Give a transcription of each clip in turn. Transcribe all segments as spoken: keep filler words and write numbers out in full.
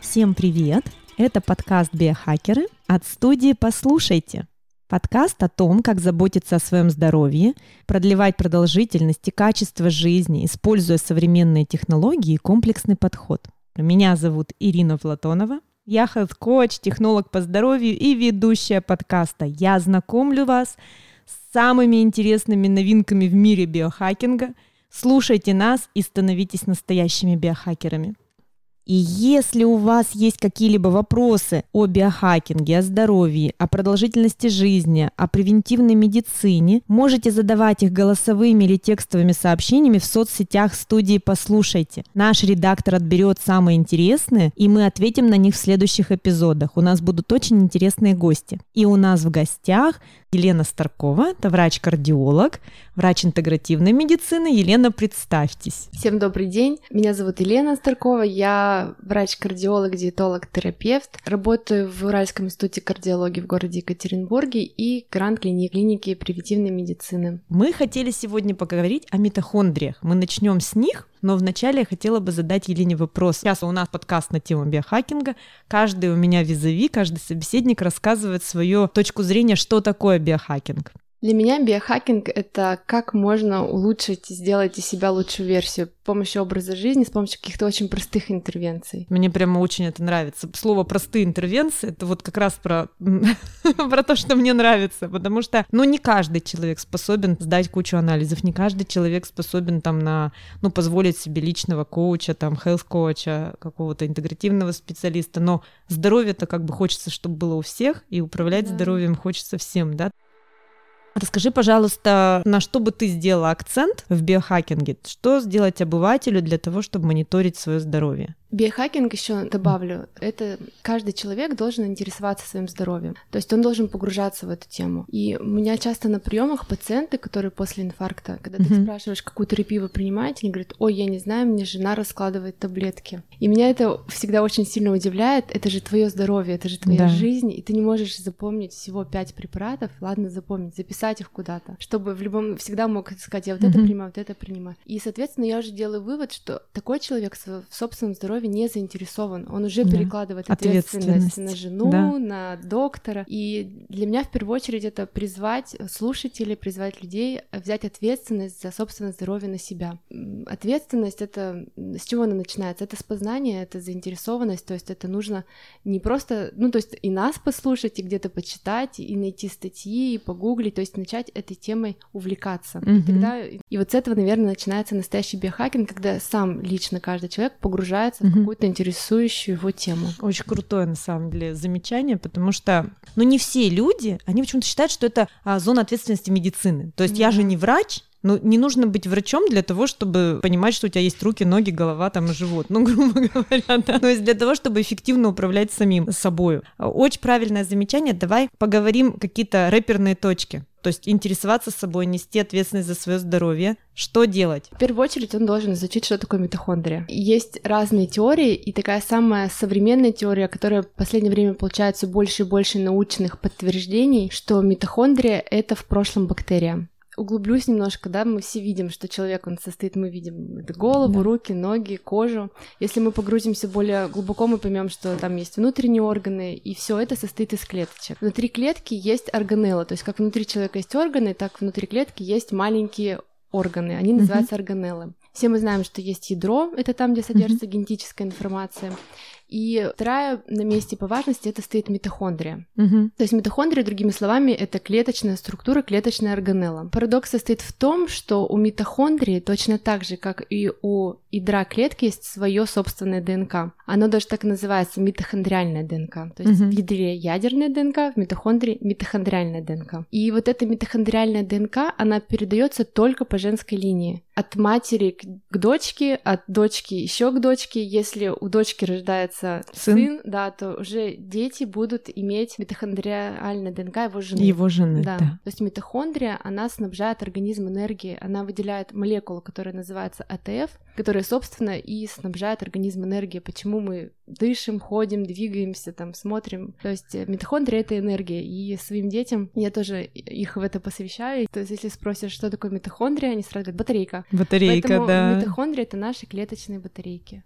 Всем привет! Это подкаст «Биохакеры» от студии «Послушайте». Подкаст о том, как заботиться о своем здоровье, продлевать продолжительность и качество жизни, используя современные технологии и комплексный подход. Меня зовут Ирина Платонова. Я хелт-коуч, технолог по здоровью и ведущая подкаста. Я знакомлю вас с самыми интересными новинками в мире биохакинга. Слушайте нас и становитесь настоящими биохакерами. И если у вас есть какие-либо вопросы о биохакинге, о здоровье, о продолжительности жизни, о превентивной медицине, можете задавать их голосовыми или текстовыми сообщениями в соцсетях студии «Послушайте». Наш редактор отберет самые интересные, и мы ответим на них в следующих эпизодах. У нас будут очень интересные гости. И у нас в гостях Елена Старкова, это врач-кардиолог, врач интегративной медицины. Елена, представьтесь. Всем добрый день. Меня зовут Елена Старкова. Я врач-кардиолог, диетолог, терапевт. Работаю в Уральском институте кардиологии в городе Екатеринбурге и грант клиники превентивной медицины. Мы хотели сегодня поговорить о митохондриях. Мы начнем с них. Но вначале я хотела бы задать Елене вопрос. Сейчас у нас подкаст на тему биохакинга. Каждый у меня визави, каждый собеседник рассказывает свою точку зрения, что такое биохакинг. Для меня биохакинг — это как можно улучшить, сделать из себя лучшую версию с помощью образа жизни, с помощью каких-то очень простых интервенций. Мне прямо очень это нравится. Слово «простые интервенции» — это вот как раз про, про то, что мне нравится, потому что, ну, не каждый человек способен сдать кучу анализов, не каждый человек способен там на, ну, позволить себе личного коуча, там, хелс-коуча, какого-то интегративного специалиста, но здоровье-то как бы хочется, чтобы было у всех, и управлять да. здоровьем хочется всем, да? Расскажи, пожалуйста, на что бы ты сделала акцент в биохакинге? Что сделать обывателю для того, чтобы мониторить свое здоровье? Биохакинг, еще добавлю, это каждый человек должен интересоваться своим здоровьем. То есть он должен погружаться в эту тему. И у меня часто на приемах пациенты, которые после инфаркта, когда mm-hmm. ты спрашиваешь, какую терапию вы принимаете, они говорят: ой, я не знаю, мне жена раскладывает таблетки. И меня это всегда очень сильно удивляет. Это же твое здоровье, это же твоя да. жизнь, и ты не можешь запомнить всего пять препаратов. Ладно, запомнить, записать их куда-то, чтобы в любом всегда мог сказать: я вот mm-hmm. это принимаю, вот это принимаю. И, соответственно, я уже делаю вывод, что такой человек в собственном здоровье не заинтересован, он уже да. перекладывает ответственность, ответственность на жену, да. на доктора. И для меня в первую очередь это призвать слушателей, призвать людей взять ответственность за собственное здоровье на себя. Ответственность — это с чего она начинается? Это с познания, это заинтересованность, то есть это нужно не просто, ну то есть и нас послушать, и где-то почитать, и найти статьи, и погуглить, то есть начать этой темой увлекаться. Mm-hmm. И тогда, и вот с этого, наверное, начинается настоящий биохакинг, когда сам лично каждый человек погружается mm-hmm. в какую-то интересующую его тему. Очень крутое, на самом деле, замечание, потому что, ну, не все люди, они почему-то считают, что это а, зона ответственности медицины. То есть mm-hmm. я же не врач, ну, не нужно быть врачом для того, чтобы понимать, что у тебя есть руки, ноги, голова там и живот. Ну, грубо говоря, да. То есть для того, чтобы эффективно управлять самим собой. Очень правильное замечание. Давай поговорим какие-то рэперные точки. То есть интересоваться собой, нести ответственность за свое здоровье. Что делать? В первую очередь он должен изучить, что такое митохондрия. Есть разные теории, и такая самая современная теория, которая в последнее время получает все больше и больше научных подтверждений, что митохондрия — это в прошлом бактерия. Углублюсь немножко, да, мы все видим, что человек, он состоит, мы видим это голову, да. руки, ноги, кожу. Если мы погрузимся более глубоко, мы поймем, что там есть внутренние органы, и все это состоит из клеточек. Внутри клетки есть органеллы, то есть как внутри человека есть органы, так внутри клетки есть маленькие органы, они называются uh-huh. органеллы. Все мы знаем, что есть ядро, это там, где содержится uh-huh. генетическая информация. И вторая на месте по важности — это стоит митохондрия. Uh-huh. То есть митохондрия, другими словами, это клеточная структура, клеточная органелла. Парадокс состоит в том, что у митохондрии точно так же, как и у ядра клетки, есть свое собственное ДНК. Оно даже так и называется — митохондриальная ДНК. То есть uh-huh. в ядре ядерная ДНК, в митохондрии митохондриальная ДНК. И вот эта митохондриальная ДНК, она передается только по женской линии. От матери к дочке, от дочки еще к дочке. Если у дочки рождается сын, сын да, то уже дети будут иметь митохондриальную ДНК его жены. Его жены, да. да. То есть митохондрия, она снабжает организм энергией, она выделяет молекулу, которая называется А Т Ф, которая, собственно, и снабжает организм энергией. Почему мы дышим, ходим, двигаемся, там, смотрим. То есть митохондрия — это энергия, и своим детям я тоже их в это посвящаю. То есть если спросишь, что такое митохондрия, они сразу говорят: батарейка. Батарейка, Поэтому да. митохондрия — это наши клеточные батарейки.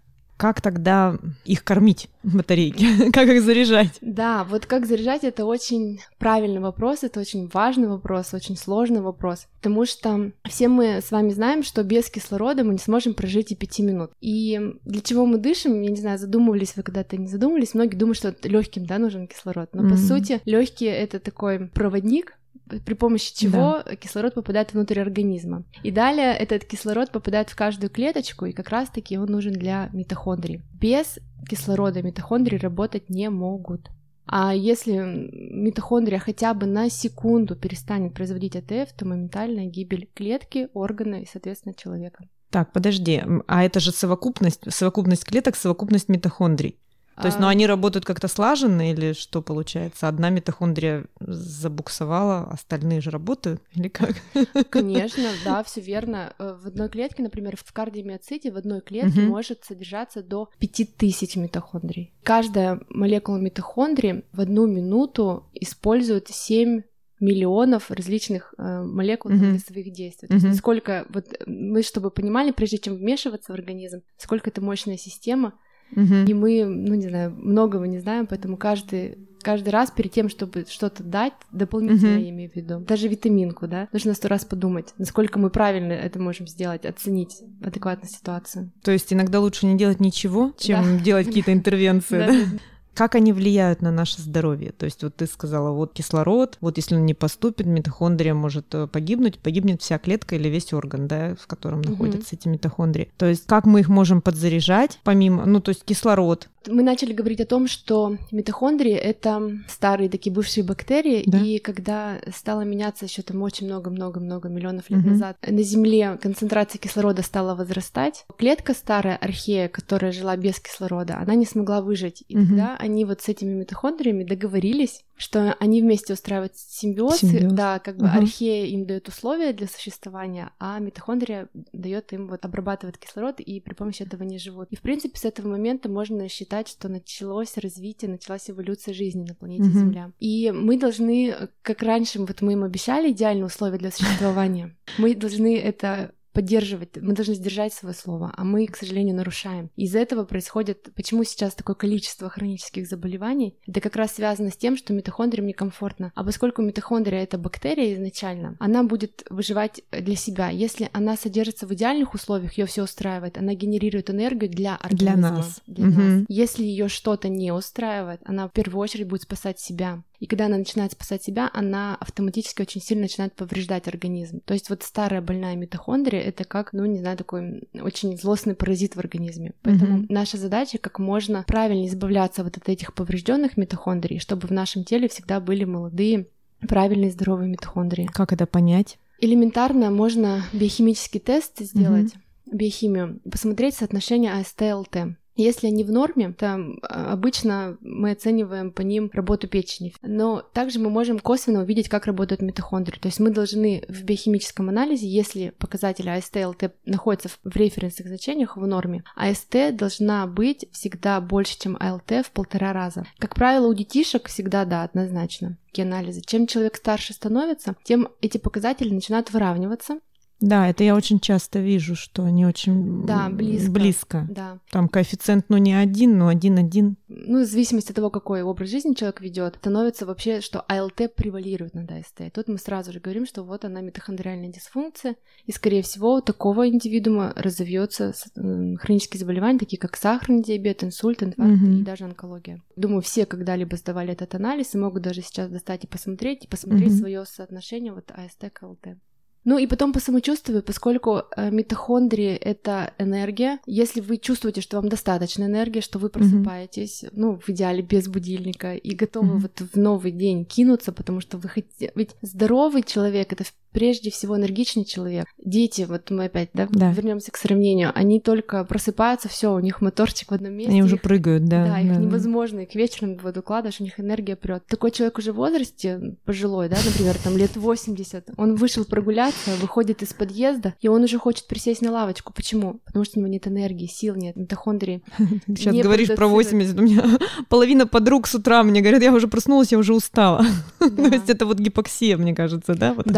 как тогда их кормить, батарейки? Как их заряжать? Да, вот как заряжать — это очень правильный вопрос, это очень важный вопрос, очень сложный вопрос, потому что все мы с вами знаем, что без кислорода мы не сможем прожить и пяти минут. И для чего мы дышим, я не знаю, задумывались вы когда-то, не задумывались, многие думают, что легким, да, нужен кислород, но mm-hmm. по сути легкие — это такой проводник, при помощи чего да. кислород попадает внутрь организма. И далее этот кислород попадает в каждую клеточку, и как раз-таки он нужен для митохондрий. Без кислорода митохондрии работать не могут. А если митохондрия хотя бы на секунду перестанет производить АТФ, то моментальная гибель клетки, органа и, соответственно, человека. Так, подожди, а это же совокупность, совокупность клеток, совокупность митохондрий. То есть, ну, они работают как-то слаженно или что получается? Одна митохондрия забуксовала, остальные же работают или как? Конечно, да, все верно. В одной клетке, например, в кардиомиоците в одной клетке uh-huh. может содержаться до пяти тысяч митохондрий. Каждая молекула митохондрии в одну минуту использует семь миллионов различных э, молекул uh-huh. для своих действий. То есть uh-huh. насколько, вот мы, чтобы понимали, прежде чем вмешиваться в организм, сколько это мощная система. Uh-huh. И мы, ну не знаю, многого не знаем, поэтому каждый, каждый раз перед тем, чтобы что-то дать, дополнительно uh-huh. я имею в виду, даже витаминку, да, нужно сто раз подумать, насколько мы правильно это можем сделать, оценить адекватно ситуацию. То есть иногда лучше не делать ничего, чем да. делать какие-то интервенции, да? Как они влияют на наше здоровье? То есть вот ты сказала, вот кислород, вот если он не поступит, митохондрия может погибнуть, погибнет вся клетка или весь орган, да, в котором угу. находятся эти митохондрии. То есть как мы их можем подзаряжать, помимо, ну то есть кислород? Мы начали говорить о том, что митохондрии — это старые такие бывшие бактерии, да? И когда стало меняться еще там очень много-много-много миллионов лет угу. назад, на Земле концентрация кислорода стала возрастать, клетка старая, архея, которая жила без кислорода, она не смогла выжить, и угу. тогда они вот с этими митохондриями договорились, что они вместе устраивают симбиоз, симбиоз. Да, как бы угу. архея им дает условия для существования, а митохондрия дает им вот обрабатывать кислород, и при помощи этого они живут. И в принципе с этого момента можно считать, что началось развитие, началась эволюция жизни на планете угу. Земля. И мы должны, как раньше, вот мы им обещали идеальные условия для существования, мы должны это поддерживать, мы должны сдержать свое слово, а мы, к сожалению, нарушаем. Из-за этого происходит, почему сейчас такое количество хронических заболеваний, это как раз связано с тем, что митохондриям некомфортно. А поскольку митохондрия — это бактерия изначально, она будет выживать для себя. Если она содержится в идеальных условиях, ее все устраивает, она генерирует энергию для организма. Для нас. Для угу. нас. Если ее что-то не устраивает, она в первую очередь будет спасать себя. И когда она начинает спасать себя, она автоматически очень сильно начинает повреждать организм. То есть вот старая больная митохондрия — это как, ну, не знаю, такой очень злостный паразит в организме. Поэтому mm-hmm. наша задача — как можно правильно избавляться вот от этих поврежденных митохондрий, чтобы в нашем теле всегда были молодые, правильные, здоровые митохондрии. Как это понять? Элементарно можно биохимический тест сделать, mm-hmm. биохимию, посмотреть соотношение АСТ-ЛТ. Если они в норме, то обычно мы оцениваем по ним работу печени. Но также мы можем косвенно увидеть, как работают митохондрии. То есть мы должны в биохимическом анализе, если показатель АСТ-ЛТ находится в референсных значениях в норме, АСТ должна быть всегда больше, чем АЛТ в полтора раза. Как правило, у детишек всегда, да, однозначно такие анализы. Чем человек старше становится, тем эти показатели начинают выравниваться. Да, это я очень часто вижу, что они очень да, близко. близко. Да. Там коэффициент, ну, не один, но один-один. Ну, в зависимости от того, какой образ жизни человек ведет, становится вообще, что АЛТ превалирует над АСТ. И тут мы сразу же говорим, что вот она митохондриальная дисфункция, и, скорее всего, у такого индивидуума разовьется хронические заболевания, такие как сахарный диабет, инсульт, инфаркт угу. и даже онкология. Думаю, все когда-либо сдавали этот анализ и могут даже сейчас достать и посмотреть, и посмотреть угу. свое соотношение вот АСТ к АЛТ. Ну и потом по самочувствию, поскольку э, митохондрии — это энергия, если вы чувствуете, что вам достаточно энергии, что вы просыпаетесь, mm-hmm. ну, в идеале без будильника, и готовы mm-hmm. вот в новый день кинуться, потому что вы хотите... Ведь здоровый человек — это прежде всего энергичный человек. Дети, вот мы опять, да, да. вернемся к сравнению, они только просыпаются, все, у них моторчик в одном месте. Они их, уже прыгают, да. Да, их да. невозможно, и к вечеру вот укладываешь, у них энергия прет. Такой человек уже в возрасте, пожилой, да, например, там лет восемьдесят, он вышел прогуляться, выходит из подъезда, и он уже хочет присесть на лавочку. Почему? Потому что у него нет энергии, сил нет, митохондрии. Сейчас говоришь про восемьдесят, у меня половина подруг с утра мне говорят, я уже проснулась, я уже устала. То есть это вот гипоксия, мне кажется, да? Да, да.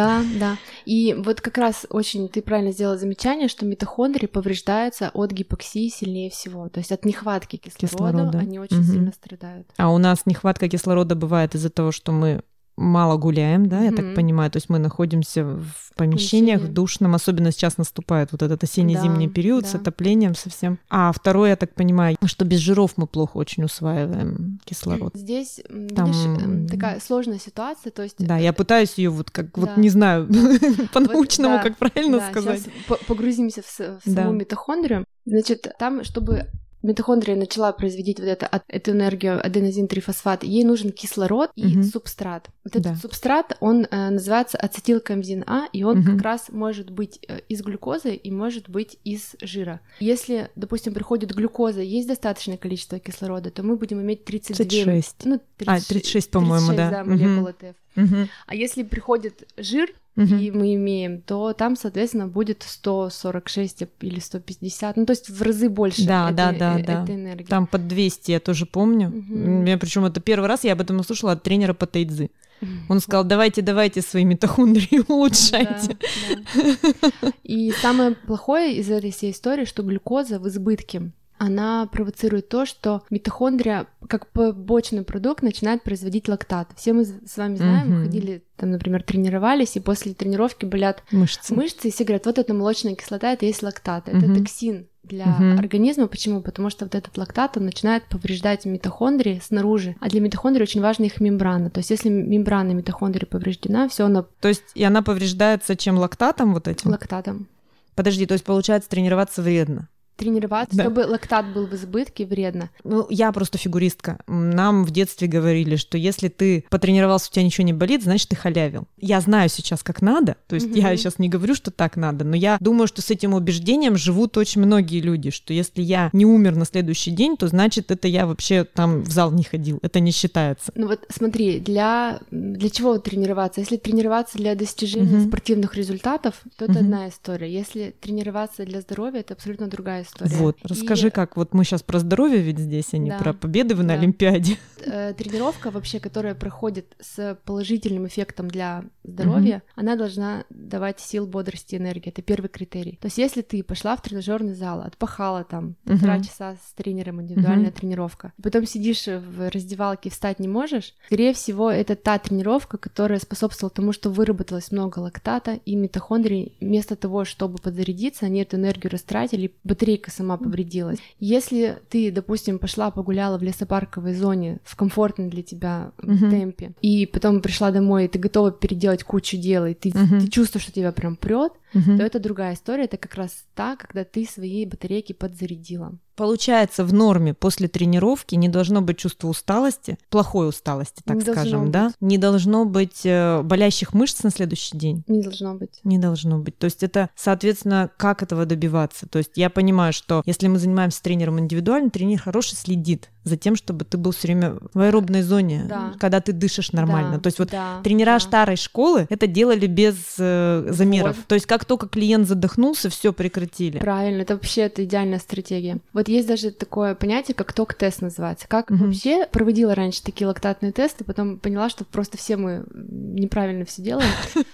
Да, и вот как раз очень ты правильно сделала замечание, что митохондрии повреждаются от гипоксии сильнее всего, то есть от нехватки кислорода, кислорода. Они очень угу. сильно страдают. А у нас нехватка кислорода бывает из-за того, что мы мало гуляем, да, я mm-hmm. так понимаю, то есть мы находимся в помещениях в душном, особенно сейчас наступает вот этот осенне-зимний да, период да. с отоплением совсем. А второе, я так понимаю, что без жиров мы плохо очень усваиваем кислород. Здесь, Там... видишь, такая сложная ситуация, то есть... Да, я пытаюсь ее вот как, да. вот не знаю, по-научному, как правильно сказать. Сейчас погрузимся в саму митохондрию. Значит, там, чтобы... Митохондрия начала производить вот это, эту энергию аденозин-трифосфат, ей нужен кислород и угу. субстрат. Вот этот да. субстрат, он э, называется ацетилкоэнзин А, и он угу. как раз может быть э, из глюкозы и может быть из жира. Если, допустим, приходит глюкоза, есть достаточное количество кислорода, то мы будем иметь тридцать две... тридцать шесть. Ну, тридцать, а, тридцать шесть, по-моему, тридцать шесть, да. да, молекулы ТЭФ. Угу. А если приходит жир, Uh-huh. и мы имеем, то там, соответственно, будет сто сорок шесть или сто пятьдесят, ну, то есть в разы больше да, этой, да, да, э- да. этой энергии. Там под двести, я тоже помню. Uh-huh. Я, причем это первый раз я об этом услышала от тренера по тайцзи. Uh-huh. Он сказал, давайте, давайте свои митохондрии улучшайте. Да, да. И самое плохое из этой всей истории, что глюкоза в избытке, она провоцирует то, что митохондрия как побочный продукт начинает производить лактат. Все мы с вами знаем, мы ходили, там, например, тренировались, и после тренировки болят мышцы, мышцы и все говорят, вот эта молочная кислота, это есть лактат, это uh-huh. токсин для uh-huh. организма. Почему? Потому что вот этот лактат, он начинает повреждать митохондрии снаружи, а для митохондрий очень важна их мембрана. То есть если мембрана митохондрии повреждена, все она... То есть и она повреждается чем, лактатом вот этим? Лактатом. Подожди, то есть получается тренироваться вредно? Тренироваться, да. Чтобы лактат был в избытке, вредно. Ну, я просто фигуристка. Нам в детстве говорили, что если ты потренировался, у тебя ничего не болит, значит, ты халявил. Я знаю сейчас, как надо, то есть mm-hmm. я сейчас не говорю, что так надо, но я думаю, что с этим убеждением живут очень многие люди, что если я не умер на следующий день, то значит, это я вообще там в зал не ходил, это не считается. Ну вот смотри, для, для чего тренироваться? Если тренироваться для достижения mm-hmm. спортивных результатов, то это mm-hmm. одна история. Если тренироваться для здоровья, это абсолютно другая история. История. Вот, расскажи, и... как вот мы сейчас про здоровье ведь здесь, а не да. про победы вы на да. Олимпиаде. Тренировка вообще, которая проходит с положительным эффектом для здоровья, mm-hmm. она должна давать сил, бодрости, энергии. Это первый критерий. То есть если ты пошла в тренажерный зал, отпахала там полтора mm-hmm. часа с тренером, индивидуальная mm-hmm. тренировка, потом сидишь в раздевалке и встать не можешь, скорее всего, это та тренировка, которая способствовала тому, что выработалось много лактата, и митохондрии вместо того, чтобы подзарядиться, они эту энергию растратили, батарея сама повредилась. Если ты, допустим, пошла погуляла в лесопарковой зоне в комфортном для тебя uh-huh. темпе, и потом пришла домой, и ты готова переделать кучу дел, и ты, uh-huh. ты чувствуешь, что тебя прям прет, uh-huh. то это другая история. Это как раз та, когда ты свои батарейки подзарядила. Получается, в норме после тренировки не должно быть чувства усталости, плохой усталости, так не скажем, да? Не должно быть э, болящих мышц на следующий день? Не должно быть. Не должно быть. То есть это, соответственно, как этого добиваться? То есть я понимаю, что если мы занимаемся тренером индивидуально, тренер хороший следит за тем, чтобы ты был все время в аэробной зоне, да. когда ты дышишь нормально. Да, То есть вот да, тренера да. старой школы это делали без э, замеров. Вот. То есть как только клиент задохнулся, все прекратили. Правильно, это вообще это идеальная стратегия. Вот есть даже такое понятие, как ток-тест называется. Как угу. вообще проводила раньше такие лактатные тесты, потом поняла, что просто все мы неправильно все делаем.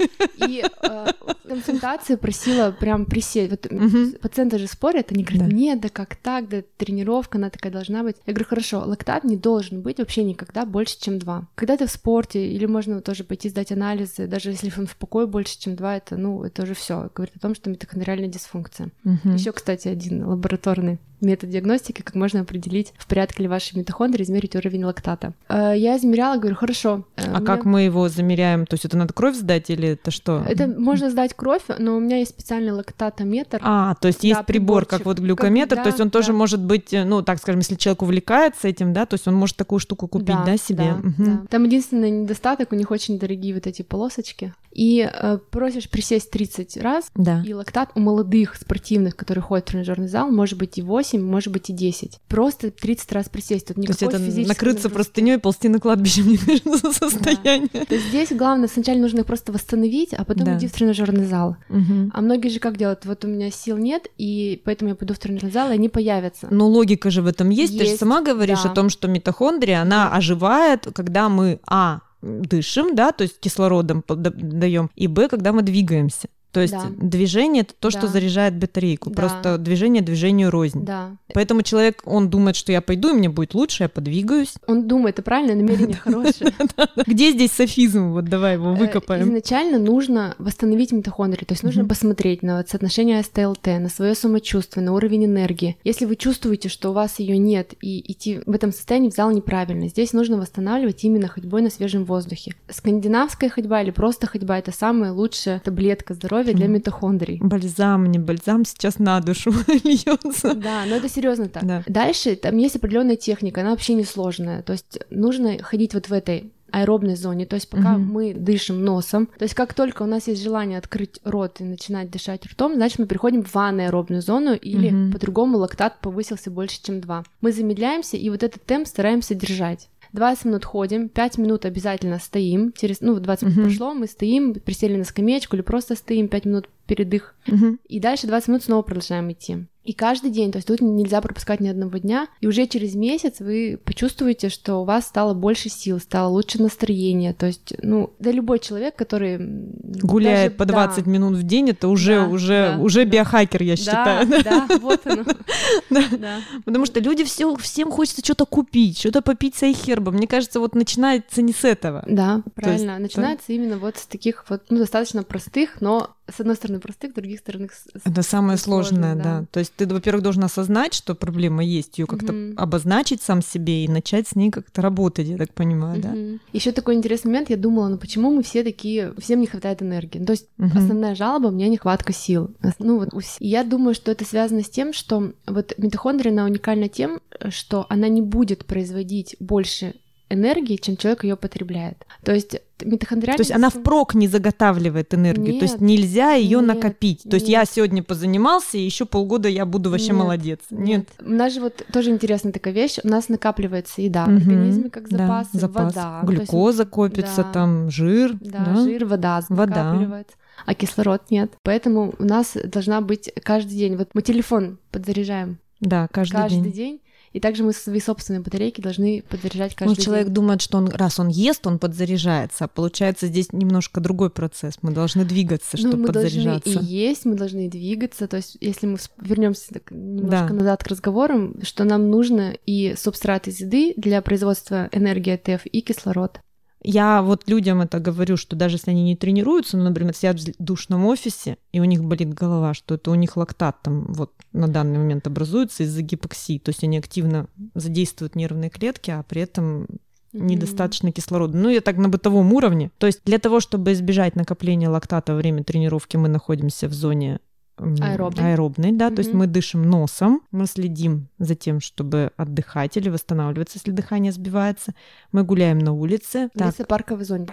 И в консультации просила прям присесть. Вот пациенты же спорят, они говорят, нет, да как так, да тренировка, она такая должна быть. Я говорю, хорошо, лактат не должен быть вообще никогда больше, чем два. Когда ты в спорте, или можно тоже пойти сдать анализы, даже если он в покое больше, чем два, это, ну, это уже все говорит о том, что митохондриальная дисфункция. Угу. Еще, кстати, один лабораторный метод диагностики, как можно определить, в порядке ли ваши митохондрии, измерить уровень лактата. Я измеряла, говорю, хорошо. А меня... как мы его замеряем? То есть это надо кровь сдать или это что? Это можно сдать кровь, но у меня есть специальный лактатометр. А, то есть да, есть прибор, как вот глюкометр, как, да, то есть он да. тоже может быть, ну, так скажем, если человек увлекается этим, да, то есть он может такую штуку купить, да, да себе? Да, угу. да. Там единственный недостаток, у них очень дорогие вот эти полосочки. И э, просишь присесть тридцать раз, да. и лактат у молодых спортивных, которые ходят в тренажерный зал, может быть и восемь, может быть и десять. Просто тридцать раз присесть. Тут никакой то есть это физической накрыться нагрузки. Простынёй, ползти на кладбище, мне кажется, состояние. Да. То есть здесь главное, сначала нужно их просто восстановить, а потом да. иди в тренажерный зал. Угу. А многие же как делают? Вот у меня сил нет, и поэтому я пойду в тренажерный зал, и они появятся. Но логика же в этом есть. есть. Ты же сама говоришь да. о том, что митохондрия, она оживает, когда мы, а, дышим, да, то есть кислородом даем, и б, когда мы двигаемся. То есть да. движение — это то, да. что заряжает батарейку. Да. Просто движение движению рознь. Да. Поэтому человек, он думает, что я пойду, и мне будет лучше, я подвигаюсь. Он думает, это правильное намерение хорошее. Где здесь софизм? Вот давай его выкопаем. Изначально нужно восстановить митохондрии, то есть нужно посмотреть на соотношение эс тэ эл тэ, на свое самочувствие, на уровень энергии. Если вы чувствуете, что у вас ее нет, и идти в этом состоянии в зал неправильно, здесь нужно восстанавливать именно ходьбой на свежем воздухе. Скандинавская ходьба или просто ходьба — это самая лучшая таблетка здоровья для митохондрий. Бальзам, не бальзам сейчас на душу льется. Да, но это серьезно так. Да. Дальше там есть определенная техника, она вообще не сложная. То есть нужно ходить вот в этой аэробной зоне, то есть пока угу. мы дышим носом. То есть как только у нас есть желание открыть рот и начинать дышать ртом, значит мы переходим в анаэробную зону, или угу. по-другому лактат повысился больше, чем два. Мы замедляемся и вот этот темп стараемся держать. двадцать минут ходим, пять минут обязательно стоим. Через, ну, двадцать минут uh-huh. прошло, мы стоим, присели на скамеечку или просто стоим, пять минут передых. Uh-huh. И дальше двадцать минут снова продолжаем идти. И каждый день, то есть тут нельзя пропускать ни одного дня, и уже через месяц вы почувствуете, что у вас стало больше сил, стало лучше настроение. То есть, ну, да, любой человек, который гуляет даже, по двадцать да, минут в день, это уже, да, уже, да, уже да. биохакер, я считаю. Да, да, вот оно. да. Да. Потому что люди все, всем хочется что-то купить, что-то попить с айхербом. Мне кажется, вот начинается не с этого. Да, правильно. Есть, начинается да? именно вот с таких вот, ну, достаточно простых, но с одной стороны простых, с другой стороны это самое сложное, да. да. То есть ты, во-первых, должен осознать, что проблема есть, ее как-то mm-hmm. обозначить сам себе и начать с ней как-то работать, я так понимаю, mm-hmm. да. Еще такой интересный момент, я думала, ну почему мы все такие, всем не хватает энергии. То есть mm-hmm. основная жалоба — у меня нехватка сил. Ну вот, и я думаю, что это связано с тем, что вот митохондрия, она уникальна тем, что она не будет производить больше энергии, чем человек ее потребляет. То есть митохондриальная... То есть она впрок не заготавливает энергию, нет, то есть нельзя ее накопить. То есть нет. я сегодня позанимался, и еще полгода я буду вообще нет, молодец. Нет. нет. У нас же вот тоже интересная такая вещь, у нас накапливается еда угу, в организме как запас, да, запас. вода. Глюкоза есть, копится, да, там жир. Да, да, жир, вода накапливается. А кислород нет. Поэтому у нас должна быть каждый день... Вот мы телефон подзаряжаем. Да, каждый, каждый день. день. И также мы свои собственные батарейки должны подзаряжать каждый ну, день. Человек думает, что он, раз он ест, он подзаряжается. А получается, здесь немножко другой процесс. Мы должны двигаться, чтобы ну, мы подзаряжаться. Мы должны и есть, мы должны и двигаться. То есть, если мы вернемся немножко да. назад к разговорам, что нам нужно и субстрат из еды для производства энергии эй ти эф, и кислород. Я вот людям это говорю, что даже если они не тренируются, ну, например, сидят в душном офисе, и у них болит голова, что это у них лактат там вот на данный момент образуется из-за гипоксии. То есть они активно задействуют нервные клетки, а при этом недостаточно mm-hmm. кислорода. Ну, я так на бытовом уровне. То есть для того, чтобы избежать накопления лактата во время тренировки, мы находимся в зоне аэробной, аэробной да, mm-hmm. то есть мы дышим носом, мы следим за тем, чтобы отдыхать или восстанавливаться, если дыхание сбивается. Мы гуляем на улице. В лесопарковой зоне.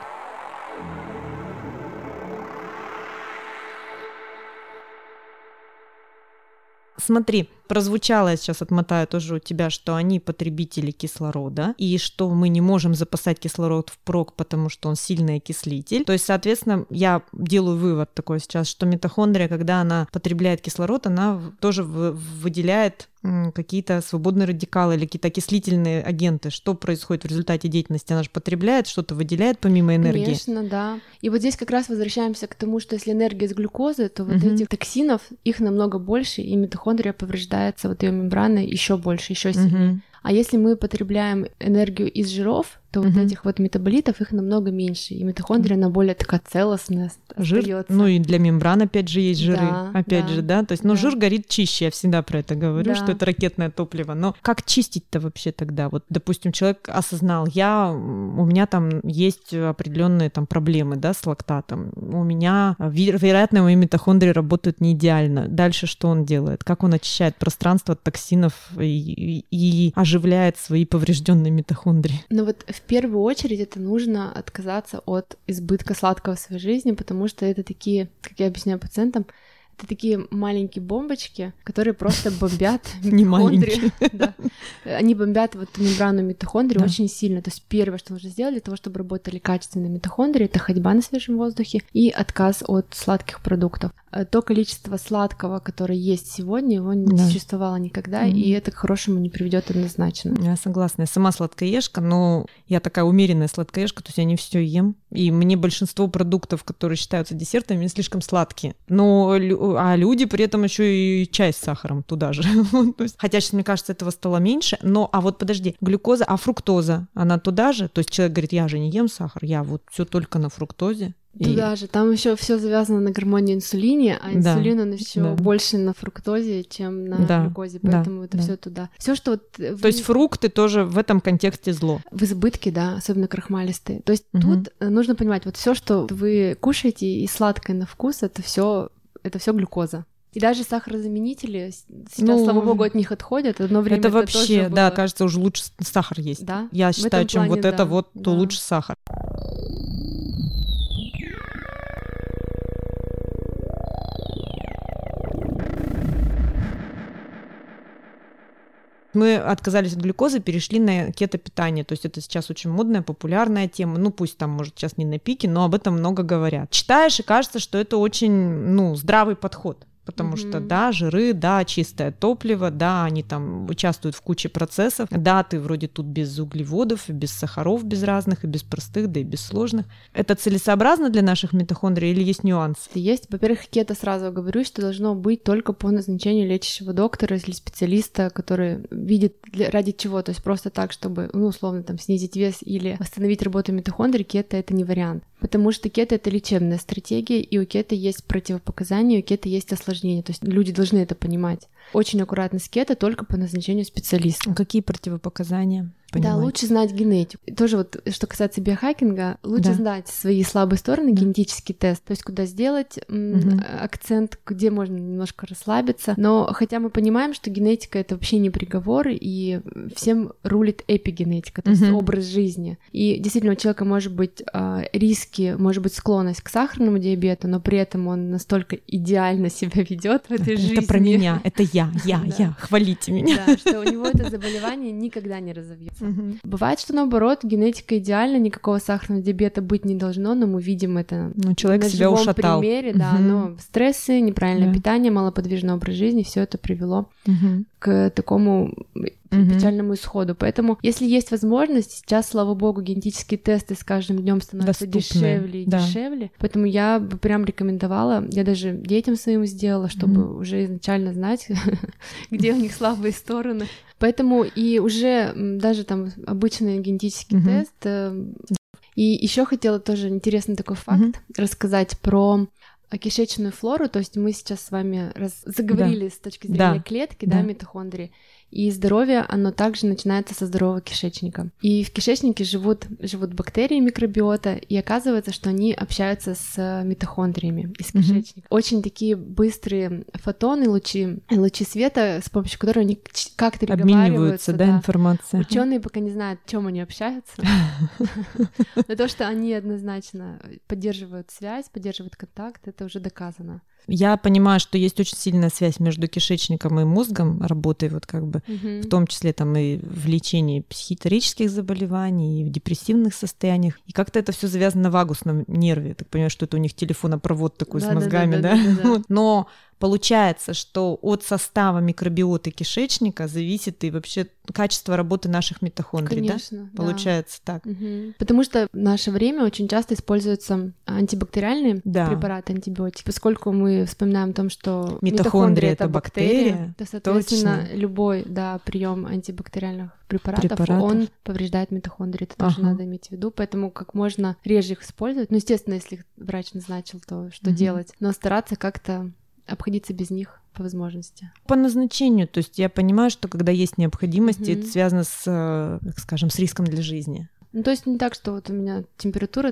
Смотри, прозвучало, я сейчас отмотаю тоже у тебя, что они потребители кислорода, и что мы не можем запасать кислород впрок, потому что он сильный окислитель. То есть, соответственно, я делаю вывод такой сейчас, что митохондрия, когда она потребляет кислород, она тоже выделяет какие-то свободные радикалы или какие-то окислительные агенты. Что происходит в результате деятельности? Она же потребляет, что-то выделяет помимо энергии. Конечно, да. И вот здесь как раз возвращаемся к тому, что если энергия из глюкозы, то вот uh-huh. этих токсинов, их намного больше, и митохондрия повреждается, вот ее мембраны еще больше, еще сильнее. Uh-huh. А если мы потребляем энергию из жиров, то вот uh-huh. этих вот метаболитов их намного меньше, и митохондрия, она более такая целостная жир, остаётся. Ну и для мембран опять же есть жиры, да, опять да, же, да, то есть, ну да. жир горит чище, я всегда про это говорю, да. что это ракетное топливо, но как чистить-то вообще тогда? Вот, допустим, человек осознал, я, у меня там есть определенные там проблемы, да, с лактатом, у меня, вероятно, мои митохондрии работают не идеально. Дальше что он делает? Как он очищает пространство от токсинов и, и, и оживляет свои поврежденные митохондрии? Ну вот в первую очередь это нужно отказаться от избытка сладкого в своей жизни, потому что это такие, как я объясняю пациентам, Это такие маленькие бомбочки, которые просто бомбят Не митохондрии. Да. Они бомбят вот мембрану митохондрий очень сильно. То есть первое, что нужно сделать для того, чтобы работали качественные митохондрии, это ходьба на свежем воздухе и отказ от сладких продуктов. То количество сладкого, которое есть сегодня, его не Да. существовало никогда, Мгм. и это к хорошему не приведет однозначно. Я согласна. Я сама сладкоежка, но я такая умеренная сладкоежка, то есть я не все ем. И мне большинство продуктов, которые считаются десертами, они слишком сладкие. Но лю- а люди при этом еще и чай с сахаром туда же. То есть, хотя сейчас, мне кажется, этого стало меньше. Но, а вот подожди, глюкоза, а фруктоза, она туда же? То есть человек говорит, я же не ем сахар, я вот все только на фруктозе. И- Туда же, там еще все завязано на гормоне инсулине, а Да, инсулин он еще да. больше на фруктозе, чем на Да, глюкозе, да, поэтому это да. все туда. Все, что вот То есть фрукты тоже в этом контексте зло. в избытке, да, особенно крахмалистые. То есть Мгм. тут э, нужно понимать, вот все, что вы кушаете и сладкое на вкус, это все, это все глюкоза. И даже сахарозаменители с- сейчас, Ну, слава богу, от них отходят. Одно время Это это вообще, тоже да, было. кажется, уже лучше с- сахар есть. Да, Я в считаю, этом чем плане, вот это да, вот, то да. лучше сахар. Мы отказались от глюкозы, перешли на кето-питание. То есть это сейчас очень модная, популярная тема. Ну, пусть там, может, сейчас не на пике, но об этом много говорят. Читаешь, и кажется, что это очень, ну, здравый подход. Потому Мгм. что, да, жиры, да, чистое топливо, да, они там участвуют в куче процессов, да, ты вроде тут без углеводов, и без сахаров, без разных, и без простых, да и без сложных. Это целесообразно для наших митохондрий или есть нюансы? Есть, во-первых, кето сразу говорю, что должно быть только по назначению лечащего доктора или специалиста, который видит для- ради чего, то есть просто так, чтобы, ну, условно, там, снизить вес или восстановить работу митохондрий, кето — это не вариант. Потому что кето — это лечебная стратегия, и у кето есть противопоказания, у кето есть осложнения, то есть люди должны это понимать. Очень аккуратно с кето, только по назначению специалиста. Какие противопоказания? Да, Понимать? лучше знать генетику. Тоже вот, что касается биохакинга, лучше Да. знать свои слабые стороны, Да. генетический тест, то есть куда сделать м, Мгм. акцент, где можно немножко расслабиться. Но хотя мы понимаем, что генетика — это вообще не приговор, и всем рулит эпигенетика, то есть Мгм. образ жизни. И действительно, у человека может быть а, риски, может быть склонность к сахарному диабету, но при этом он настолько идеально себя ведет в этой это, жизни. это про меня, это я, я, Да. я, хвалите меня. Да, что у него это заболевание никогда не разовьется. Мгм. Бывает, что наоборот, генетика идеальна, никакого сахарного диабета быть не должно, но мы видим это Ну, человек на себя живом ушатал. примере, да, Мгм. но стрессы, неправильное Да. питание, малоподвижный образ жизни, все это привело Мгм. к такому Мгм. печальному исходу. Поэтому, если есть возможность, сейчас, слава богу, генетические тесты с каждым днем становятся Доступные, дешевле и да. дешевле. Поэтому я бы прям рекомендовала, я даже детям своим сделала, чтобы Мгм. уже изначально знать, где у них слабые стороны. Поэтому и уже м, даже там обычный генетический Мгм. тест. э, И еще хотела тоже интересный такой факт Мгм. рассказать про а, кишечную флору, то есть мы сейчас с вами раз- заговорили с точки зрения Да. клетки, да, Да. митохондрии, и здоровье, оно также начинается со здорового кишечника. И в кишечнике живут, живут бактерии микробиота, и оказывается, что они общаются с митохондриями из Мгм. кишечника. Очень такие быстрые фотоны, лучи, лучи света, с помощью которых они ч- как-то Обмениваются, переговариваются. да, информацией. Ученые пока не знают, о чем они общаются, но то, что они однозначно поддерживают связь, поддерживают контакт, это уже доказано. Я понимаю, что есть очень сильная связь между кишечником и мозгом, работой вот как бы, Мгм. в том числе там и в лечении психиатрических заболеваний, и в депрессивных состояниях. И как-то это все завязано на вагусном нерве. Я так понимаю, что это у них телефонопровод такой с Да-да-да-да-да-да. мозгами, да? Вот. Но получается, что от состава микробиоты кишечника зависит и вообще качество работы наших митохондрий, Конечно, да? да. Получается так. Мгм. Потому что в наше время очень часто используются антибактериальные Да. препараты, антибиотики. Поскольку мы вспоминаем о том, что Митохондрия — это бактерия, бактерия, то, соответственно, точно. любой да, прием антибактериальных препаратов, Препаратов. он повреждает митохондрии. Это тоже Ага. надо иметь в виду. Поэтому как можно реже их использовать. Ну, естественно, если их врач назначил, то что Мгм. делать? Но стараться как-то обходиться без них по возможности. По назначению, то есть я понимаю, что когда есть необходимость, Мгм. это связано с, э, как скажем, с риском для жизни. Ну, то есть не так, что вот у меня температура там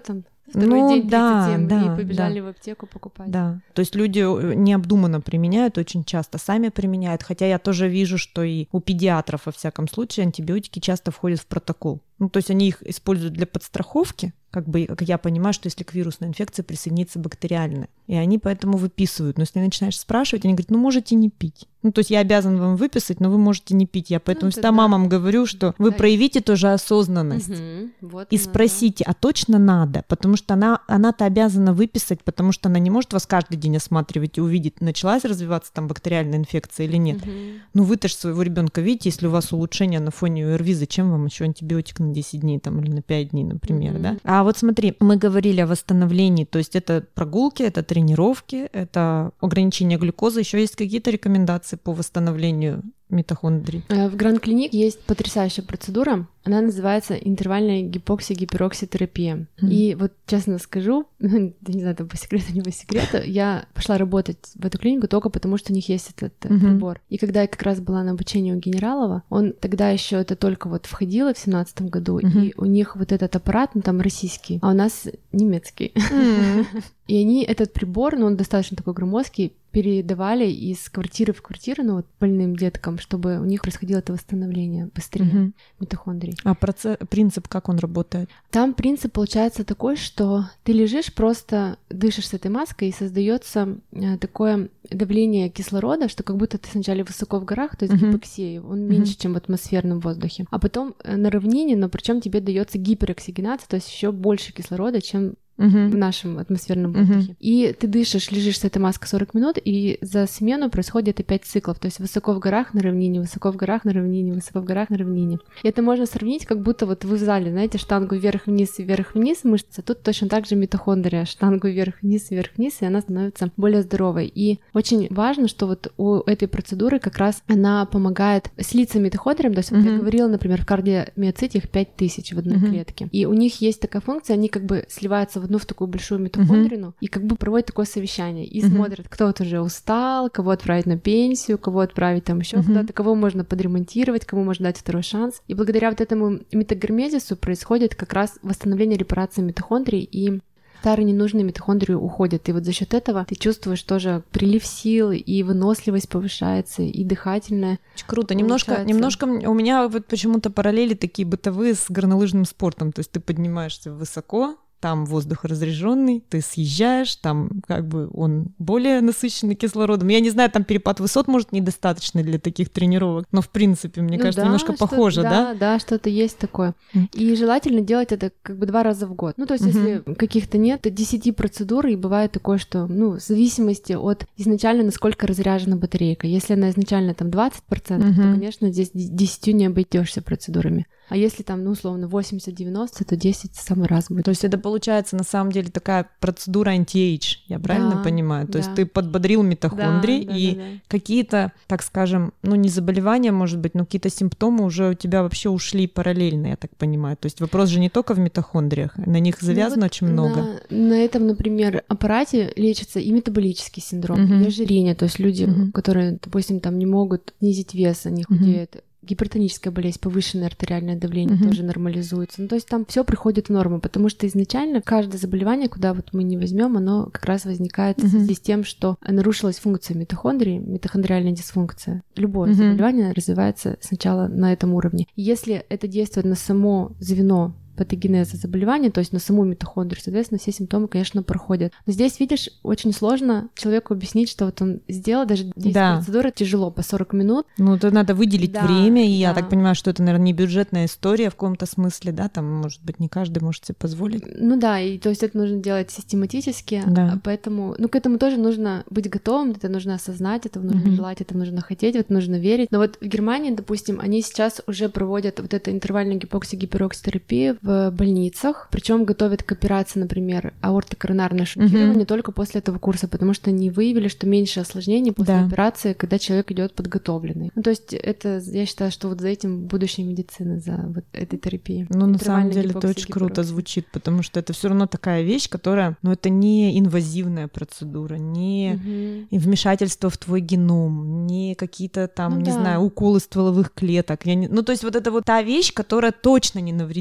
Второй ну, день да, тридцать семь, да, и побежали да. в аптеку покупать. Да, то есть люди необдуманно применяют, очень часто сами применяют, хотя я тоже вижу, что и у педиатров, во всяком случае, антибиотики часто входят в протокол. Ну, то есть они их используют для подстраховки, как бы, как я понимаю, что если к вирусной инфекции присоединится бактериальная. И они поэтому выписывают. Но если начинаешь спрашивать, они говорят, ну, можете не пить. Ну, то есть я обязан вам выписать, но вы можете не пить. Я поэтому ну, всегда да. мамам говорю, что вы да. проявите тоже осознанность. Угу. Вот и она, спросите, да. а точно надо? Потому что она, она-то обязана выписать, потому что она не может вас каждый день осматривать и увидеть, началась развиваться там бактериальная инфекция или нет. Угу. Ну, вы-то же своего ребенка видите, если у вас улучшение на фоне ОРВИ, зачем вам еще антибиотик на десять дней там, или на пять дней, например, угу. да? А вот смотри, мы говорили о восстановлении, то есть это прогулки, это тренировки, это ограничение глюкозы, еще есть какие-то рекомендации по восстановлению митохондрий? В Гранд Клиник есть потрясающая процедура, она называется интервальная гипокси-гиперокситерапия. Mm-hmm. И вот честно скажу, не знаю, там по секрету, не по секрету, я пошла работать в эту клинику только потому, что у них есть этот mm-hmm. прибор. И когда я как раз была на обучении у Генералова, он тогда еще это только вот входило в семнадцатом году, mm-hmm. и у них вот этот аппарат, ну там российский, а у нас немецкий. Mm-hmm. И они этот прибор, ну он достаточно такой громоздкий, передавали из квартиры в квартиру, ну вот больным деткам, чтобы у них происходило это восстановление быстрее mm-hmm. митохондрий. А процесс, принцип, как он работает? Там принцип получается такой, что ты лежишь, просто дышишь с этой маской, и создается такое давление кислорода, что как будто ты сначала высоко в горах, то есть mm-hmm. гипоксия, он mm-hmm. меньше, чем в атмосферном воздухе. А потом на равнине, но причем тебе дается гипероксигенация, то есть еще больше кислорода, чем Uh-huh. в нашем атмосферном воздухе. Uh-huh. И ты дышишь, лежишь с этой маской сорок минут, и за смену происходит опять цикл. То есть высоко в горах на равнине, высоко в горах на равнине, высоко в горах на равнине. И это можно сравнить, как будто вот вы в зале, знаете, штангу вверх-вниз и вверх-вниз мышцы. Тут точно так же митохондрия, штангу вверх-вниз, вверх-вниз, и она становится более здоровой. И очень важно, что вот у этой процедуры как раз она помогает слиться митохондриям. То есть uh-huh. вот я говорила, например, в кардиомиоците их пять тысяч в одной uh-huh. клетке. И у них есть такая функция, они как бы сливаются в одну в такую большую митохондрину, uh-huh. и как бы проводят такое совещание и uh-huh. смотрят, кто вот уже устал, кого отправить на пенсию, кого отправить там еще uh-huh. куда-то, кого можно подремонтировать, кому можно дать второй шанс. И благодаря вот этому митогермезису происходит как раз восстановление, репарация митохондрий, и старые ненужные митохондрии уходят. И вот за счет этого ты чувствуешь тоже прилив сил, и выносливость повышается, и дыхательная. Очень круто. Немножко, немножко у меня вот почему-то параллели такие бытовые с горнолыжным спортом. То есть ты поднимаешься высоко, там воздух разряженный, ты съезжаешь, там как бы он более насыщенный кислородом. Я не знаю, там перепад высот, может, недостаточно для таких тренировок, но в принципе, мне ну кажется, да, немножко похоже, да? Да, да, что-то есть такое. Mm. И желательно делать это как бы два раза в год. Ну, то есть, mm-hmm. если каких-то нет, то десять процедур, и бывает такое, что, ну, в зависимости от изначально, насколько разряжена батарейка. Если она изначально там двадцать процентов, mm-hmm. то, конечно, здесь десятью не обойдешься процедурами. А если там, ну, условно, восемьдесят-девяносто, то десять в самый раз будет. То есть это получается на самом деле такая процедура анти-эйдж, я правильно да, понимаю? То да. есть ты подбодрил митохондрии, да, и да, да, да. какие-то, так скажем, ну, не заболевания, может быть, но какие-то симптомы уже у тебя вообще ушли параллельно, я так понимаю. То есть вопрос же не только в митохондриях, на них завязано ну, вот очень много. На, на этом, например, аппарате лечится и метаболический синдром, угу. и ожирение, то есть люди, угу. которые, допустим, там не могут снизить вес, они худеют. Угу. Гипертоническая болезнь, повышенное артериальное давление uh-huh. тоже нормализуется. Ну, то есть там все приходит в норму, потому что изначально каждое заболевание, куда вот мы не возьмем, оно как раз возникает uh-huh. в связи с тем, что нарушилась функция митохондрии, митохондриальная дисфункция. Любое uh-huh. заболевание развивается сначала на этом уровне. И если это действует на само звено патогенеза заболевания, то есть на саму митохондрию, соответственно, все симптомы, конечно, проходят. Но здесь, видишь, очень сложно человеку объяснить, что вот он сделал, даже десять да. процедур, тяжело, по сорок минут. Ну, это надо выделить да, время, и да. я так понимаю, что это, наверное, не бюджетная история в каком-то смысле, да, там, может быть, не каждый может себе позволить. Ну да, и то есть это нужно делать систематически, да. поэтому, ну, к этому тоже нужно быть готовым, это нужно осознать, это нужно mm-hmm. желать, это нужно хотеть, это нужно верить. Но вот в Германии, допустим, они сейчас уже проводят вот эту интервальную гипокси-гиперокситерапию в больницах, причем готовят к операции, например, аортокоронарное шунтирование uh-huh. только после этого курса, потому что они выявили, что меньше осложнений после да. операции, когда человек идет подготовленный. Ну, то есть это, я считаю, что вот за этим будущее медицины, за вот этой терапией. Ну, на самом деле это очень круто звучит, потому что это все равно такая вещь, которая, ну, это не инвазивная процедура, не uh-huh. вмешательство в твой геном, не какие-то там, ну, не да. знаю, уколы стволовых клеток. Я не... Ну, то есть вот это вот та вещь, которая точно не навредит.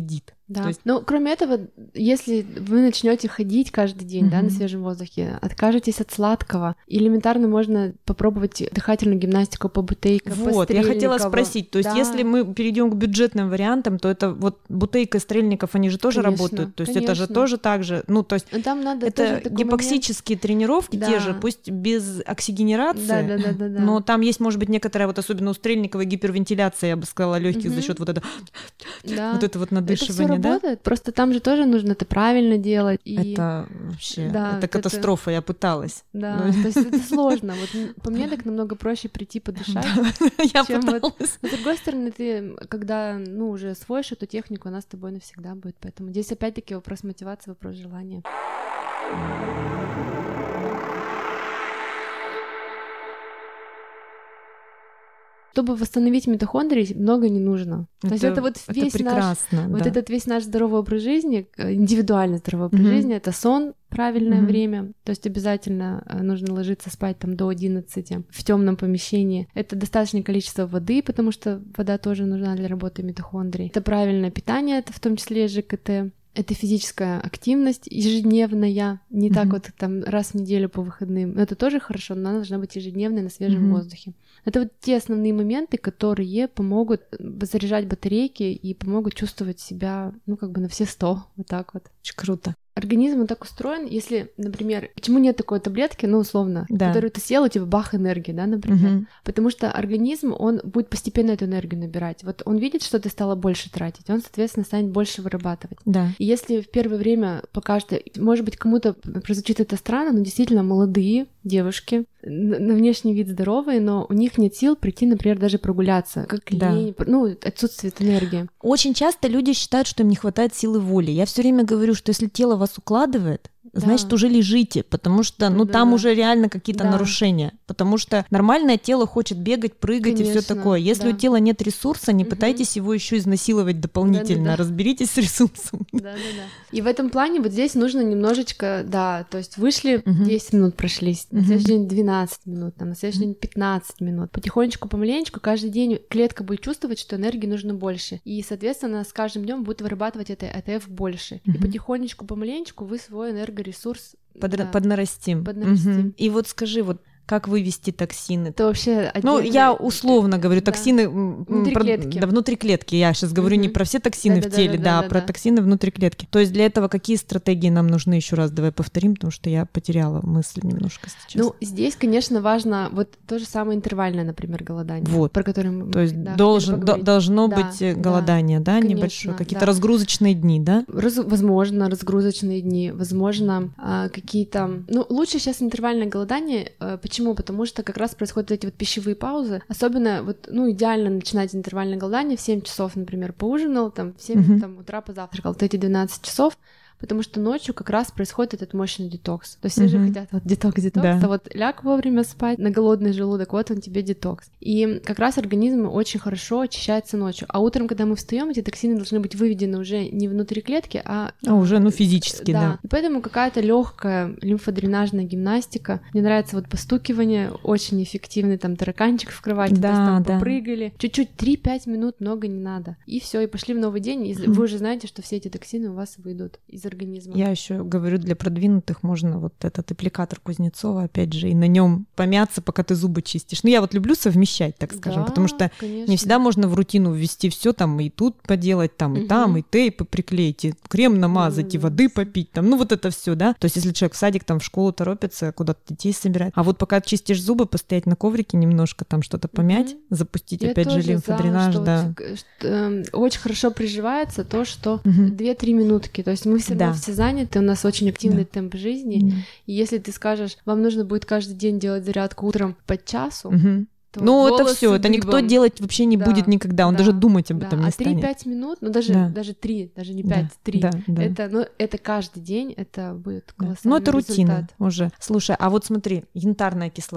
Да. То есть... Но кроме этого, если вы начнете ходить каждый день, mm-hmm. да, на свежем воздухе, откажетесь от сладкого, элементарно можно попробовать дыхательную гимнастику по Бутейко, вот, по Стрельникову. Я хотела спросить, то есть да. если мы перейдем к бюджетным вариантам, то это вот Бутейко, Стрельников, они же тоже конечно, работают, то есть конечно. Это же тоже так же, ну то есть там надо это гипоксические момент... тренировки да. те же, пусть без оксигенерации, да, да, да, да, да. но там есть, может быть, некоторая вот особенно у Стрельникова гипервентиляция, я бы сказала, легких mm-hmm. за счет вот этого, да. вот это вот надышивание. Работает, да? Просто там же тоже нужно это правильно делать. И... Это вообще, да, это катастрофа, это... я пыталась. Да, но... то есть это сложно. Вот по мне так намного проще прийти подышать, я чем пыталась. Вот... Но с другой стороны, ты, когда, ну, уже освоишь эту технику, она с тобой навсегда будет. Поэтому здесь опять-таки вопрос мотивации, вопрос желания. Чтобы восстановить митохондрии, много не нужно. Это, То есть это вот весь это наш, да. вот этот весь наш здоровый образ жизни, индивидуальный здоровый образ mm-hmm. жизни, это сон, правильное mm-hmm. время, то есть обязательно нужно ложиться спать там до одиннадцати в темном помещении. Это достаточное количество воды, потому что вода тоже нужна для работы митохондрий. Это правильное питание, это в том числе ЖКТ. Это физическая активность ежедневная, не mm-hmm. так вот там раз в неделю по выходным. Это тоже хорошо, но она должна быть ежедневной на свежем mm-hmm. воздухе. Это вот те основные моменты, которые помогут заряжать батарейки и помогут чувствовать себя, ну, как бы на все сто, вот так вот. Очень круто. Организм он так устроен, если, например, почему нет такой таблетки, ну, условно, да. которую ты съел, у тебя бах энергии, да, например, угу. потому что организм, он будет постепенно эту энергию набирать. Вот он видит, что ты стала больше тратить, он, соответственно, станет больше вырабатывать. Да. И если в первое время покажется, может быть, кому-то прозвучит это странно, но действительно молодые девушки, на внешний вид здоровые, но у них нет сил прийти, например, даже прогуляться, как лень, да. ну, отсутствие энергии. Очень часто люди считают, что им не хватает силы воли. Я все время говорю, что если тело вас укладывает, да. значит, уже лежите, потому что, ну, да, там да. уже реально какие-то да. нарушения, потому что нормальное тело хочет бегать, прыгать Конечно, и все такое. Если да. у тела нет ресурса, не угу. пытайтесь его еще изнасиловать дополнительно, да, да, да. разберитесь с ресурсом. Да, да, да. И в этом плане вот здесь нужно немножечко, да, то есть вышли, угу. десять минут прошлись, угу. на следующий день двенадцать минут, там, на следующий день пятнадцать минут. Потихонечку, помаленечку, каждый день клетка будет чувствовать, что энергии нужно больше. И, соответственно, с каждым днем будет вырабатывать это АТФ больше. Угу. И потихонечку, помаленечку вы свой энергоресурс Под, да, поднарастим. поднарастим. Угу. И вот скажи, вот как вывести токсины? Это вообще отдельно... Ну, я условно говорю, токсины да. внутри про... клетки. Да, внутри клетки. Я сейчас говорю mm-hmm. не про все токсины да, в теле, да, да, да, да, да, про да. токсины внутри клетки. То есть для этого какие стратегии нам нужны? Еще раз давай повторим, потому что я потеряла мысль немножко сейчас. Ну, здесь, конечно, важно вот то же самое интервальное, например, голодание. Вот. Про которое мы То есть да, должен, до, должно да, быть голодание, да, конечно, небольшое? Какие-то да. разгрузочные дни, да? Раз, возможно, разгрузочные дни, возможно, а, какие-то... Ну, лучше сейчас интервальное голодание. А, почему? Потому что как раз происходят эти вот пищевые паузы. Особенно вот, ну, идеально начинать интервальное голодание в семь часов, например, поужинал, там, в семь uh-huh. там, утра позавтракал, вот эти двенадцать часов, потому что ночью как раз происходит этот мощный детокс. То есть все uh-huh. же хотят вот детокс-детокс, да. а вот ляг вовремя спать на голодный желудок, вот он тебе детокс. И как раз организм очень хорошо очищается ночью. А утром, когда мы встаем, эти токсины должны быть выведены уже не внутри клетки, а... А уже, ну, физически, да. да. И поэтому какая-то легкая лимфодренажная гимнастика. Мне нравится вот постукивание, очень эффективный, там, тараканчик в кровати, да, то есть там да. попрыгали. Чуть-чуть, три-пять минут, много не надо. И все, и пошли в новый день, и mm-hmm. вы уже знаете, что все эти токсины у вас выйдут из организма. Я еще говорю, для продвинутых можно вот этот аппликатор Кузнецова, опять же, и на нем помяться, пока ты зубы чистишь. Ну, я вот люблю совмещать, так скажем, да, потому что конечно. Не всегда можно в рутину ввести все там, и тут поделать, там, и угу. там, и тейпы приклеить, и крем намазать, угу. и воды попить, там, ну, вот это все, да. То есть, если человек в садик, там, в школу торопится, куда-то детей собирает. А вот пока чистишь зубы, постоять на коврике немножко, там, что-то помять, угу. запустить, я опять же, лимфодренаж, за, да. Вот, что, э, очень хорошо приживается то, что угу. две-три минутки, то есть мы все равно да. все заняты, у нас очень активный да. темп жизни, да. и если ты скажешь, вам нужно будет каждый день делать зарядку утром по часу, угу. ну это все, это никто делать вообще не да, будет никогда, он да, даже думать об да. этом не а станет. А три-пять минут, ну даже, да. даже три, даже не пять, три, да, да, это, ну, это каждый день, это будет колоссальный да. Ну это результат. рутина уже. Слушай, а вот смотри, янтарная кислота.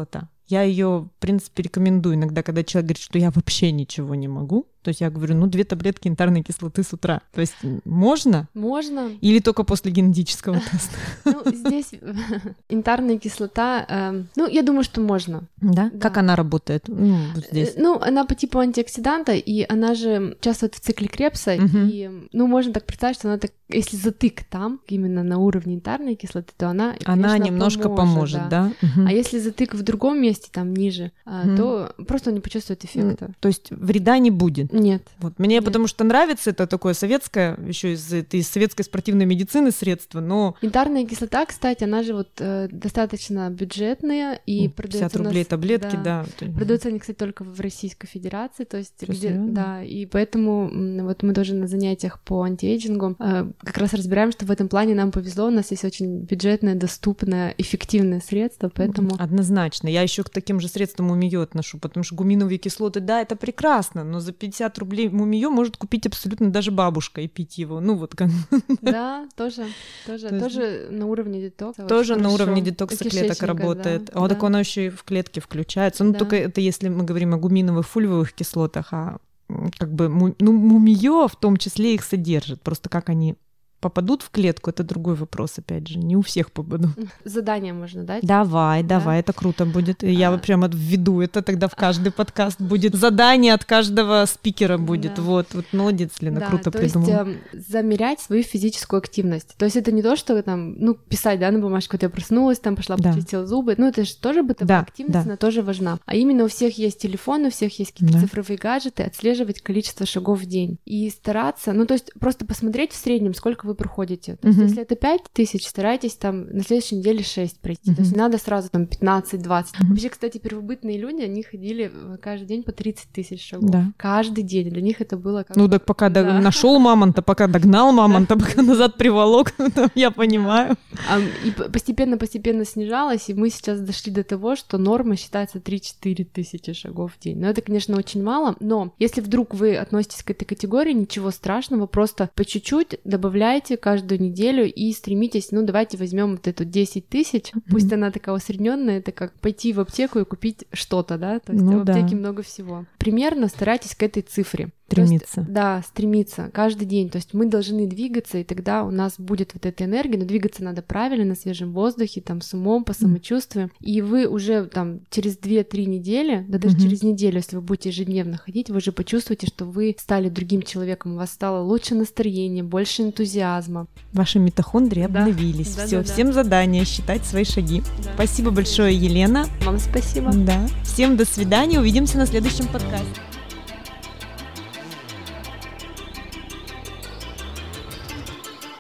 Я ее, в принципе, рекомендую иногда, когда человек говорит, что я вообще ничего не могу. То есть я говорю, ну, две таблетки янтарной кислоты с утра. То есть можно? Можно. Или только после генетического теста? Ну, здесь янтарная кислота, ну, я думаю, что можно. Да? Как она работает? Ну, здесь. Ну, она по типу антиоксиданта, и она же участвует в цикле Кребса, и, ну, можно так представить, что она так, если затык там, именно на уровне янтарной кислоты, то она, Она немножко поможет, да? А если затык в другом месте, там, ниже, то просто он не почувствует эффекта. То есть вреда не будет? Нет. Вот. Мне Нет. потому что нравится это такое советское, еще из, из советской спортивной медицины средство, но... Янтарная кислота, кстати, она же вот э, достаточно бюджетная и пятьдесят продается рублей нас, таблетки, да. да. Продаются они, кстати, только в Российской Федерации, то есть Что, где, серьезно? да, и поэтому вот мы тоже на занятиях по антиэйджингу э, как раз разбираем, что в этом плане нам повезло, у нас есть очень бюджетное, доступное, эффективное средство, поэтому... Однозначно. Я еще к таким же средствам мумию отношу, потому что гуминовые кислоты, да, это прекрасно, но за пятьдесят рублей мумию может купить абсолютно даже бабушка и пить его. Ну вот как. Да, тоже, тоже, То есть... тоже на уровне детокса. Тоже на хорошо. уровне детокса клеток работает. Да, а вот да. так она еще и в клетке включается. Ну Да. только это если мы говорим о гуминовых фульвовых кислотах, а как бы му... ну, мумиё в том числе их содержит. Просто как они попадут в клетку, это другой вопрос, опять же. Не у всех попадут. Задание можно дать? Давай, да? давай, это круто будет. Я а... прямо введу это, тогда в каждый подкаст будет задание от каждого спикера будет. Да. Вот, вот молодец, Лена, да, круто то придумала. То есть замерять свою физическую активность. То есть это не то, что там, ну, писать, да, на бумажке, вот я проснулась, там пошла, да. почистила зубы. Ну, это же тоже бытовая да, активность, да. она тоже важна. А именно у всех есть телефон, у всех есть какие-то да. цифровые гаджеты, отслеживать количество шагов в день. И стараться, ну, то есть просто посмотреть в среднем, сколько вы проходите. То есть, uh-huh. если это пять тысяч, старайтесь там на следующей неделе шесть пройти. Uh-huh. То есть не надо сразу там пятнадцать-двадцать. Uh-huh. Вообще, кстати, первобытные люди, они ходили каждый день по тридцать тысяч шагов. Да. Каждый день. Для них это было как... Ну, так пока да. дог... нашел мамонта, пока догнал мамонта, пока назад приволок, я понимаю. И постепенно-постепенно снижалось, и мы сейчас дошли до того, что норма считается три-четыре тысячи шагов в день. Но это, конечно, очень мало, но если вдруг вы относитесь к этой категории, ничего страшного, просто по чуть-чуть добавляйте каждую неделю и стремитесь, ну, давайте возьмем вот эту десять тысяч, mm-hmm. пусть она такая усредненная, это как пойти в аптеку и купить что-то, да, то есть ну, в аптеке да. много всего. Примерно старайтесь к этой цифре. Стремиться. Есть, да, стремиться каждый день. То есть мы должны двигаться, и тогда у нас будет вот эта энергия, но двигаться надо правильно, на свежем воздухе, там, с умом, по самочувствию. Mm. И вы уже там через две-три недели, да даже mm-hmm. через неделю, если вы будете ежедневно ходить, вы уже почувствуете, что вы стали другим человеком, у вас стало лучше настроение, больше энтузиазма. Ваши митохондрии да. обновились. Да, Все, да, всем да. задание считать свои шаги. Да. Спасибо большое, Елена. Вам спасибо. Да. Всем до свидания, увидимся на следующем подкасте.